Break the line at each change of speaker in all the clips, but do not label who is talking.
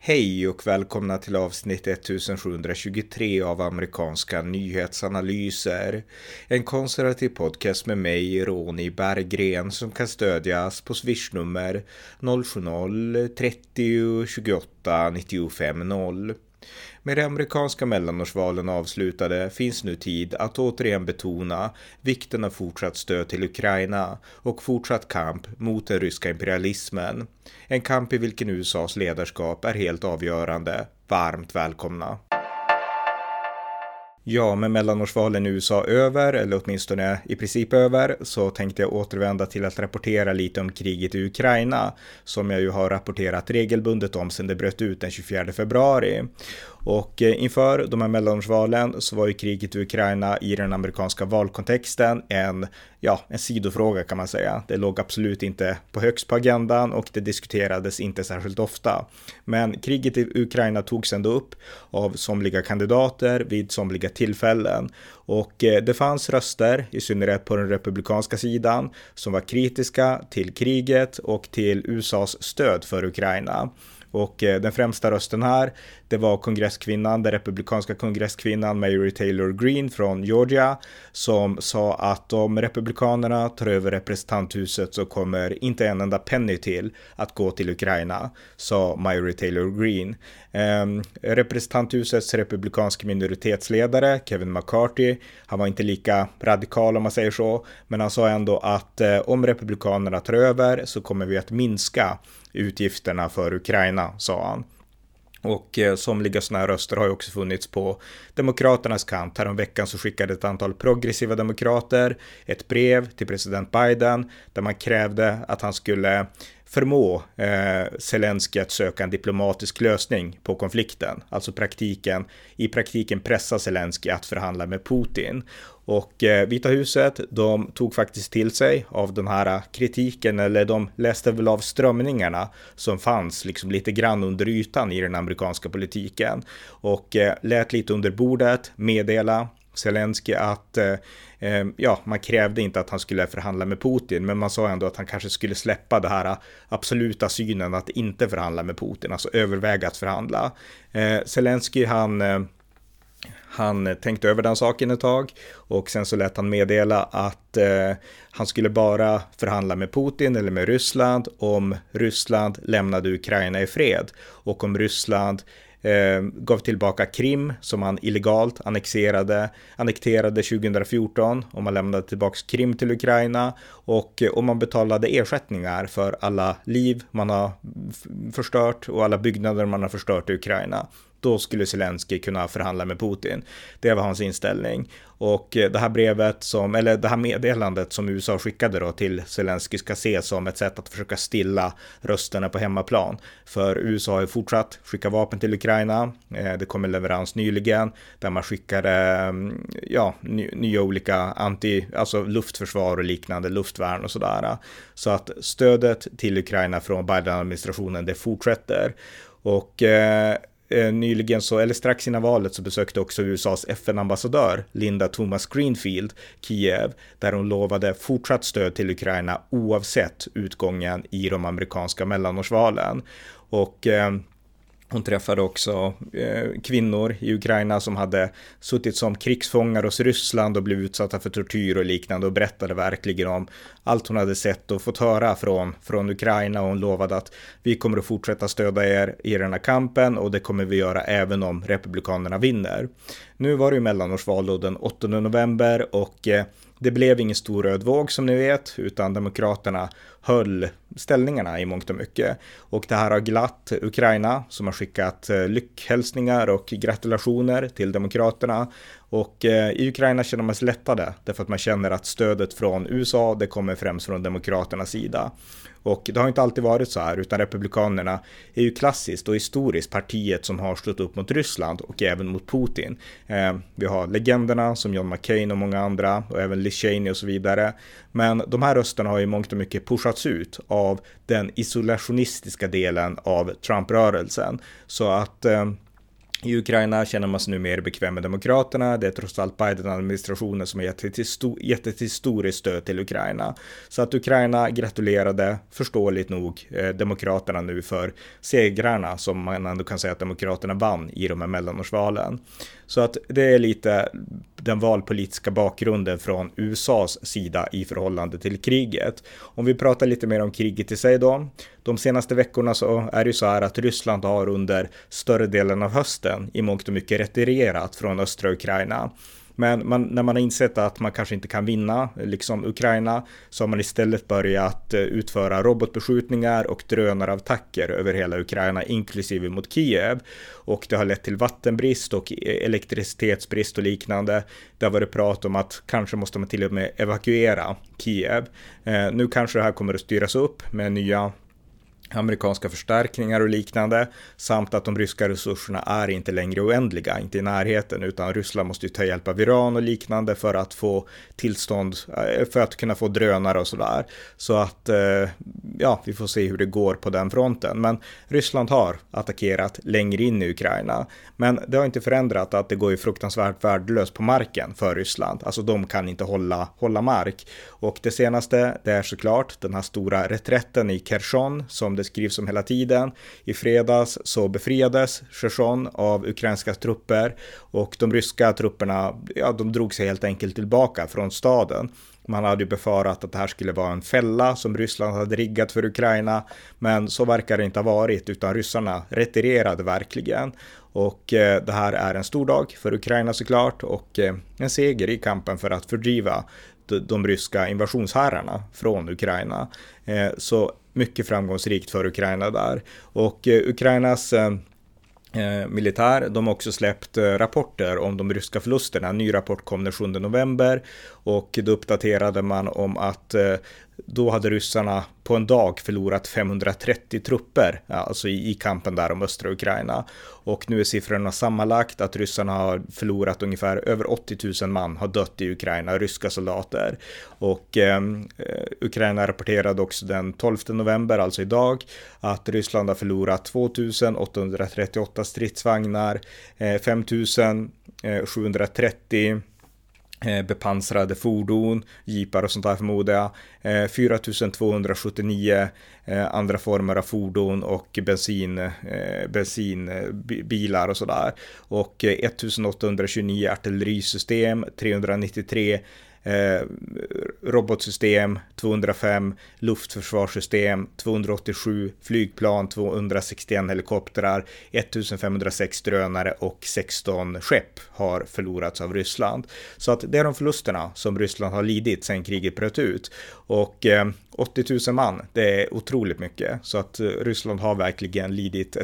Hej och välkomna till avsnitt 1723 av amerikanska nyhetsanalyser. En konservativ podcast med mig, Ronny Berggren, som kan stödjas på swishnummer 070-30 28 95 0. Med de amerikanska mellanårsvalen avslutade finns nu tid att återigen betona vikten av fortsatt stöd till Ukraina och fortsatt kamp mot den ryska imperialismen. En kamp i vilken USAs ledarskap är helt avgörande. Varmt välkomna! Ja, med mellanårsvalen i USA över, eller åtminstone i princip över, så tänkte jag återvända till att rapportera lite om kriget i Ukraina, som jag ju har rapporterat regelbundet om sedan det bröt ut den 24 februari. Och inför de här mellanårsvalen så var ju kriget i Ukraina i den amerikanska valkontexten en sidofråga kan man säga. Det låg absolut inte på högst på agendan och det diskuterades inte särskilt ofta. Men kriget i Ukraina togs ändå upp av somliga kandidater vid somliga tillfällen. Och det fanns röster, i synnerhet på den republikanska sidan, som var kritiska till kriget och till USAs stöd för Ukraina. Och den främsta rösten här, det var den republikanska kongresskvinnan Marjorie Taylor Greene från Georgia, som sa att om republikanerna tar över representanthuset så kommer inte en enda penny till att gå till Ukraina, sa Marjorie Taylor Greene. Representanthusets republikanska minoritetsledare Kevin McCarthy, han var inte lika radikal om man säger så, men han sa ändå att om republikanerna tar över så kommer vi att minska utgifterna för Ukraina, sa han. Och somliga sådana här röster har ju också funnits på demokraternas kant. Häromveckan så skickade ett antal progressiva demokrater ett brev till president Biden där man krävde att han skulle förmå Zelensky att söka en diplomatisk lösning på konflikten. Alltså i praktiken pressa Zelensky att förhandla med Putin. Och Vita huset, de tog faktiskt till sig av den här kritiken, eller de läste väl av strömningarna som fanns liksom lite grann under ytan i den amerikanska politiken. Och lät lite under bordet meddela Zelensky att man krävde inte att han skulle förhandla med Putin, men man sa ändå att han kanske skulle släppa det här absoluta synen att inte förhandla med Putin, alltså överväga att förhandla. Zelensky han tänkte över den saken ett tag och sen så lät han meddela att han skulle bara förhandla med Putin eller med Ryssland om Ryssland lämnade Ukraina i fred, och om Ryssland gav tillbaka Krim som han illegalt annekterade 2014, om man lämnade tillbaka Krim till Ukraina, och om man betalade ersättningar för alla liv man har förstört och alla byggnader man har förstört i Ukraina. Då skulle Zelensky kunna förhandla med Putin. Det var hans inställning. Och det här meddelandet som USA skickade då till Zelensky ska ses som ett sätt att försöka stilla rösterna på hemmaplan. För USA har ju fortsatt skicka vapen till Ukraina. Det kom en leverans nyligen där man skickade nya olika luftförsvar och liknande, luftvärn och sådär. Så att stödet till Ukraina från Biden-administrationen det fortsätter. Och nyligen strax innan valet så besökte också USAs FN-ambassadör Linda Thomas-Greenfield Kiev, där hon lovade fortsatt stöd till Ukraina oavsett utgången i de amerikanska mellanårsvalen. Och hon träffade också kvinnor i Ukraina som hade suttit som krigsfångar hos Ryssland och blivit utsatta för tortyr och liknande, och berättade verkligen om allt hon hade sett och fått höra från Ukraina, och hon lovade att vi kommer att fortsätta stödja er i den här kampen, och det kommer vi göra även om republikanerna vinner. Nu var det ju mellanårsval då den 8 november och det blev ingen stor röd våg som ni vet, utan demokraterna höll ställningarna i mångt och mycket. Och det här har glatt Ukraina som har skickat lyckhälsningar och gratulationer till demokraterna. Och i Ukraina känner man sig lättade därför att man känner att stödet från USA det kommer främst från demokraternas sida. Och det har inte alltid varit så här, utan republikanerna är ju klassiskt och historiskt partiet som har stått upp mot Ryssland och även mot Putin. Vi har legenderna som John McCain och många andra, och även Liz Cheney och så vidare. Men de här rösterna har ju mångt och mycket pushats ut av den isolationistiska delen av Trump-rörelsen. Så att I Ukraina känner man sig nu mer bekväm med demokraterna. Det är trots allt Biden-administrationen som har gett ett historiskt stöd till Ukraina. Så att Ukraina gratulerade, förståeligt nog, demokraterna nu för segrarna som man ändå kan säga att demokraterna vann i de här mellanårsvalen. Så att det är lite den valpolitiska bakgrunden från USAs sida i förhållande till kriget. Om vi pratar lite mer om kriget i sig då. De senaste veckorna så är det ju så här att Ryssland har under större delen av hösten i mångt och mycket retirerat från östra Ukraina. Men när man har insett att man kanske inte kan vinna liksom Ukraina så har man istället börjat utföra robotbeskjutningar och drönarattacker över hela Ukraina inklusive mot Kiev. Och det har lett till vattenbrist och elektricitetsbrist och liknande. Det har varit prat om att kanske måste man till och med evakuera Kiev. Nu kanske det här kommer att styras upp med nya amerikanska förstärkningar och liknande, samt att de ryska resurserna är inte längre oändliga, inte i närheten, utan Ryssland måste ju ta hjälp av Iran och liknande för att få tillstånd, för att kunna få drönare och sådär. Så att, ja, vi får se hur det går på den fronten. Men Ryssland har attackerat längre in i Ukraina, men det har inte förändrat att det går ju fruktansvärt värdelöst på marken för Ryssland. Alltså de kan inte hålla mark. Och det senaste, det är såklart den här stora reträtten i Kherson som det skrivs om hela tiden. I fredags så befriades Kherson av ukrainska trupper och de ryska trupperna, ja, de drog sig helt enkelt tillbaka från staden. Man hade ju befarat att det här skulle vara en fälla som Ryssland hade riggat för Ukraina, men så verkar det inte ha varit, utan ryssarna retirerade verkligen. Och det här är en stor dag för Ukraina såklart, och en seger i kampen för att fördriva de ryska invasionsherrarna från Ukraina. Så mycket framgångsrikt för Ukraina där. Och Ukrainas militär, de har också släppt rapporter om de ryska förlusterna. En ny rapport kom den 7 november och då uppdaterade man om att då hade ryssarna på en dag förlorat 530 trupper, alltså i kampen där om östra Ukraina. Och nu är siffrorna sammanlagt att ryssarna har förlorat ungefär över 80 000 man har dött i Ukraina, ryska soldater. Och Ukraina rapporterade också den 12 november, alltså idag, att Ryssland har förlorat 2838 stridsvagnar, 5730 bepansrade fordon, jeepar och sånt där förmodar jag, 4279 andra former av fordon och bensinbilar och sådär, och 1829 artillerisystem, 393 robotsystem, 205 luftförsvarssystem, 287 flygplan, 261 helikoptrar, 1506 drönare och 16 skepp har förlorats av Ryssland. Så att det är de förlusterna som Ryssland har lidit sedan kriget bröt ut. Och 80 000 man, det är otroligt mycket. Så att Ryssland har verkligen lidit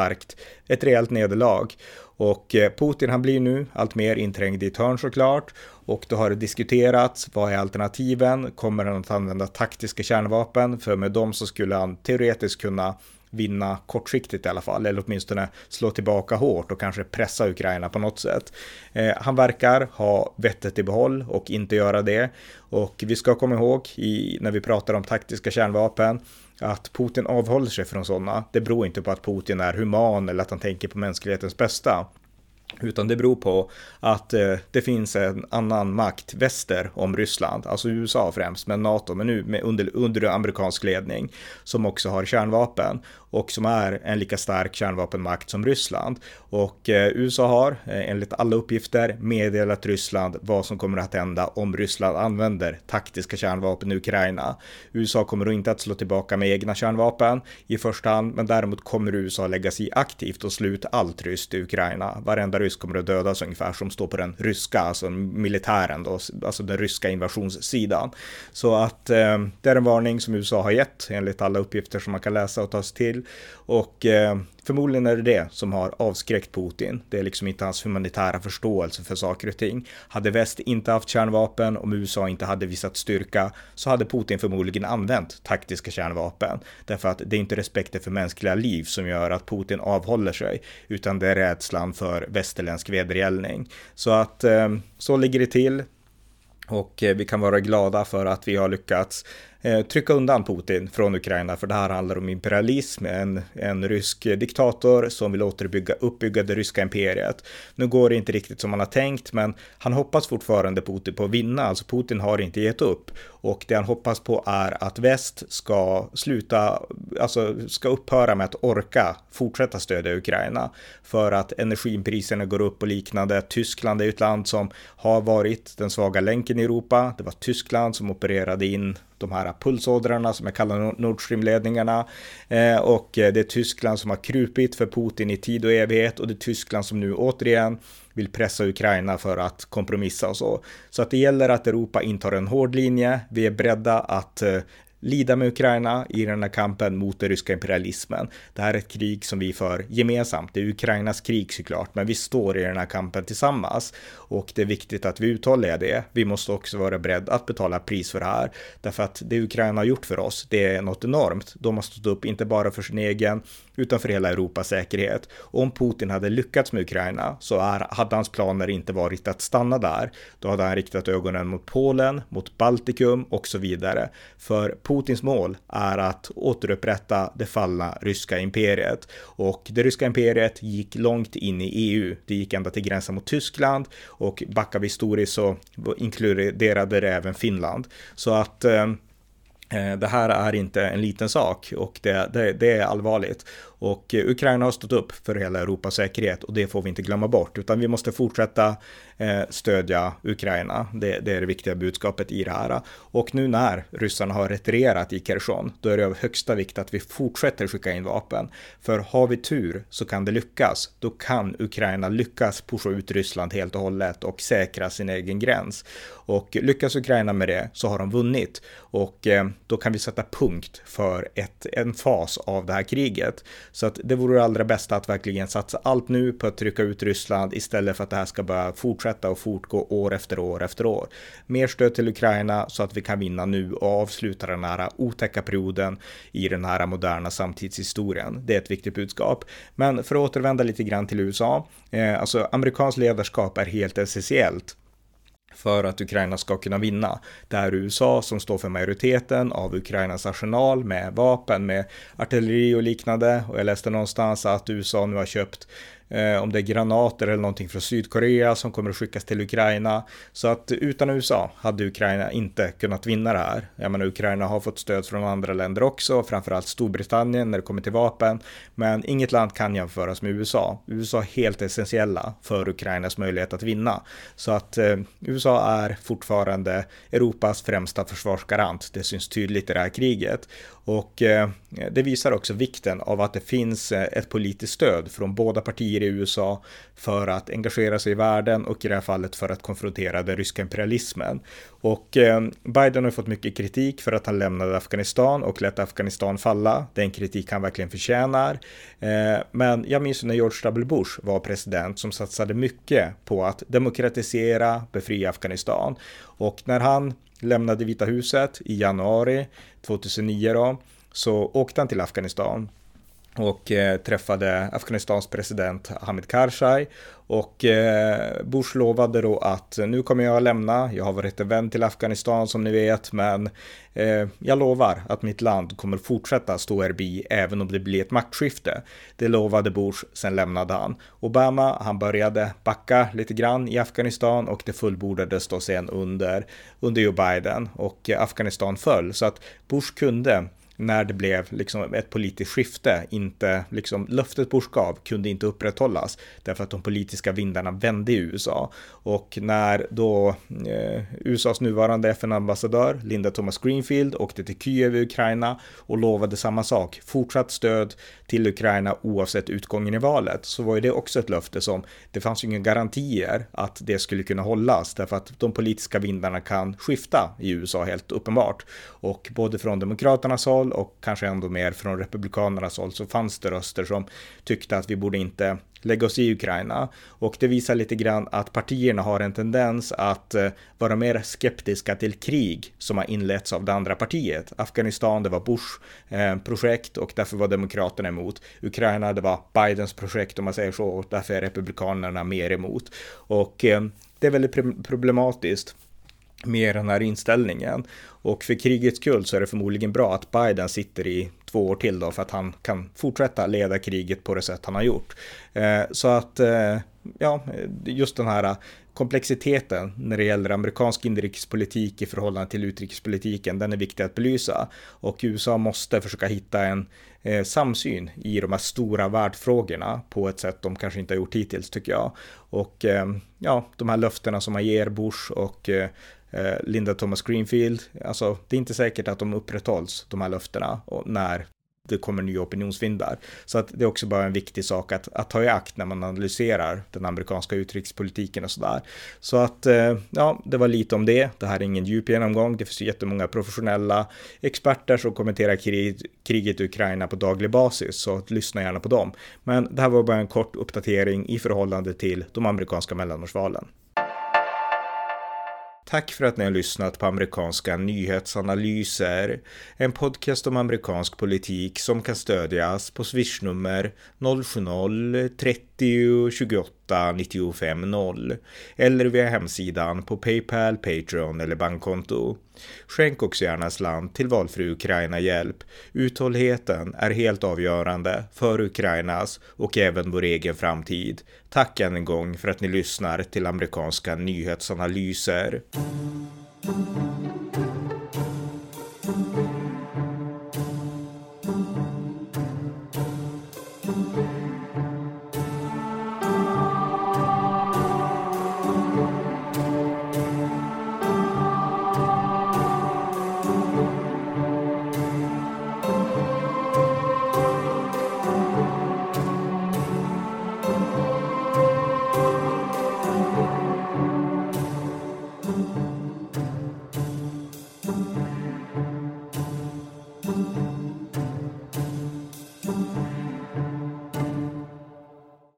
ett rejält nederlag. Och Putin, han blir nu allt mer inträngd i ett hörn såklart, och då har det diskuterats, vad är alternativen? Kommer han att använda taktiska kärnvapen? För med dem så skulle han teoretiskt kunna vinna kortsiktigt i alla fall, eller åtminstone slå tillbaka hårt och kanske pressa Ukraina på något sätt. Han verkar ha vettet i behåll och inte göra det. Och vi ska komma ihåg när vi pratar om taktiska kärnvapen att Putin avhåller sig från sådana. Det beror inte på att Putin är human eller att han tänker på mänsklighetens bästa. Utan det beror på att det finns en annan makt väster om Ryssland, alltså USA främst, men NATO, men nu under amerikansk ledning, som också har kärnvapen och som är en lika stark kärnvapenmakt som Ryssland. Och USA har enligt alla uppgifter meddelat Ryssland vad som kommer att hända om Ryssland använder taktiska kärnvapen i Ukraina. USA kommer då inte att slå tillbaka med egna kärnvapen i första hand, men däremot kommer USA lägga sig aktivt och sluta allt ryskt i Ukraina. Varenda rysk kommer att dödas ungefär som står på den ryska, alltså militären då, alltså den ryska invasionssidan. Så att det är en varning som USA har gett enligt alla uppgifter som man kan läsa och ta sig till. Och förmodligen är det som har avskräckt Putin. Det är liksom inte hans humanitära förståelse för saker och ting. Hade väst inte haft kärnvapen, om USA inte hade visat styrka, så hade Putin förmodligen använt taktiska kärnvapen. Därför att det är inte respekten för mänskliga liv som gör att Putin avhåller sig, utan det är rädslan för västerländsk vedergällning. Så att så ligger det till. Och vi kan vara glada för att vi har lyckats trycka undan Putin från Ukraina, för det här handlar om imperialism, en rysk diktator som vill uppbygga det ryska imperiet. Nu går det inte riktigt som man har tänkt, men han hoppas fortfarande Putin på att vinna. Alltså Putin har inte gett upp, och det han hoppas på är att väst ska ska upphöra med att orka fortsätta stödja Ukraina, för att energipriserna går upp och liknande. Tyskland är ett land som har varit den svaga länken i Europa. Det var Tyskland som opererade in de här pulsådrarna som jag kallar Nord Stream-ledningarna, och det är Tyskland som har krupit för Putin i tid och evighet, och det är Tyskland som nu återigen vill pressa Ukraina för att kompromissa och så. Så att det gäller att Europa intar en hård linje. Vi är beredda att lida med Ukraina i den här kampen mot den ryska imperialismen. Det här är ett krig som vi för gemensamt. Det är Ukrainas krig såklart, men vi står i den här kampen tillsammans, och det är viktigt att vi uthåller det. Vi måste också vara beredda att betala pris för det här, därför att det Ukraina har gjort för oss, det är något enormt. De har stått upp inte bara för sin egen, utan för hela Europas säkerhet. Om Putin hade lyckats med Ukraina så hade hans planer inte varit att stanna där. Då hade han riktat ögonen mot Polen, mot Baltikum och så vidare. För Putins mål är att återupprätta det fallna ryska imperiet. Och det ryska imperiet gick långt in i EU. Det gick ända till gränsen mot Tyskland, och backar vi historiskt så inkluderade det även Finland. Så att det här är inte en liten sak, och det är allvarligt. Och Ukraina har stått upp för hela Europas säkerhet, och det får vi inte glömma bort, utan vi måste fortsätta stödja Ukraina. Det är det viktiga budskapet i det här. Och nu när ryssarna har retirerat i Kherson, då är det av högsta vikt att vi fortsätter skicka in vapen. För har vi tur så kan det lyckas. Då kan Ukraina lyckas pusha ut Ryssland helt och hållet och säkra sin egen gräns. Och lyckas Ukraina med det så har de vunnit. Och då kan vi sätta punkt för en fas av det här kriget. Så att det vore det allra bästa att verkligen satsa allt nu på att trycka ut Ryssland, istället för att det här ska börja fortsätta och fortgå år efter år efter år. Mer stöd till Ukraina så att vi kan vinna nu och avsluta den här otäcka perioden i den här moderna samtidshistorien. Det är ett viktigt budskap. Men för att återvända lite grann till USA, alltså amerikansk ledarskap är helt essentiellt för att Ukraina ska kunna vinna. Det är USA som står för majoriteten av Ukrainas arsenal med vapen, med artilleri och liknande. Och jag läste någonstans att USA nu har köpt om det är granater eller någonting från Sydkorea som kommer att skickas till Ukraina. Så att utan USA hade Ukraina inte kunnat vinna det här. Jag menar, Ukraina har fått stöd från andra länder också, framförallt Storbritannien när det kommer till vapen. Men inget land kan jämföras med USA. USA är helt essentiella för Ukrainas möjlighet att vinna. Så att USA är fortfarande Europas främsta försvarsgarant. Det syns tydligt i det här kriget. Och det visar också vikten av att det finns ett politiskt stöd från båda partier i USA för att engagera sig i världen, och i det här fallet för att konfrontera den ryska imperialismen. Och Biden har fått mycket kritik för att han lämnade Afghanistan och lät Afghanistan falla. Den kritik han verkligen förtjänar. Men jag minns när George W. Bush var president, som satsade mycket på att demokratisera, befria Afghanistan. Och när han lämnade Vita huset i januari 2009 då, så åkte han till Afghanistan och träffade Afghanistans president Hamid Karzai, och Bush lovade då att nu kommer jag att lämna, jag har varit en vän till Afghanistan som ni vet, men jag lovar att mitt land kommer fortsätta stå er bi även om det blir ett maktskifte. Det lovade Bush, sen lämnade han. Obama, han började backa lite grann i Afghanistan, och det fullbordades då sen under Joe Biden, och Afghanistan föll. Så att Bush kunde, när det blev liksom ett politiskt skifte, inte liksom löftet Bush gav kunde inte upprätthållas, därför att de politiska vindarna vände i USA. Och när då USAs nuvarande FN-ambassadör Linda Thomas-Greenfield åkte till Kyiv i Ukraina och lovade samma sak, fortsatt stöd till Ukraina oavsett utgången i valet, så var ju det också ett löfte som det fanns ju inga garantier att det skulle kunna hållas, därför att de politiska vindarna kan skifta i USA helt uppenbart. Och både från demokraternas håll och kanske ändå mer från republikanernas håll så fanns det röster som tyckte att vi borde inte lägga oss i Ukraina, och det visar lite grann att partierna har en tendens att vara mer skeptiska till krig som har inletts av det andra partiet. Afghanistan, det var Bush projekt, och därför var demokraterna emot. Ukraina, det var Bidens projekt om man säger så, och därför är republikanerna mer emot. Och det är väldigt problematiskt med den här inställningen. Och för krigets skull så är det förmodligen bra att Biden sitter i 2 år till då, för att han kan fortsätta leda kriget på det sätt han har gjort. Så att just den här komplexiteten när det gäller amerikansk inrikespolitik i förhållande till utrikespolitiken, den är viktig att belysa. Och USA måste försöka hitta en samsyn i de här stora världsfrågorna på ett sätt de kanske inte har gjort hittills, tycker jag. Och de här löftena som man ger Bush och Linda Thomas Greenfield, alltså det är inte säkert att de upprätthålls, de här löftena, och när det kommer nya opinionsvindar. Så att det är också bara en viktig sak att ta i akt när man analyserar den amerikanska utrikespolitiken och sådär. Så att det var lite om det. Det här är ingen djup genomgång. Det finns jättemånga professionella experter som kommenterar kriget i Ukraina på daglig basis, så lyssna gärna på dem. Men det här var bara en kort uppdatering i förhållande till de amerikanska mellanårsvalen. Tack för att ni har lyssnat på amerikanska nyhetsanalyser, en podcast om amerikansk politik som kan stödjas på swishnummer 070-30 28 95 0 eller via hemsidan på PayPal, Patreon eller bankkonto. Skänk också gärna slant till valfri Ukraina-hjälp. Uthålligheten är helt avgörande för Ukrainas och även vår egen framtid. Tack än en gång för att ni lyssnar till amerikanska nyhetsanalyser.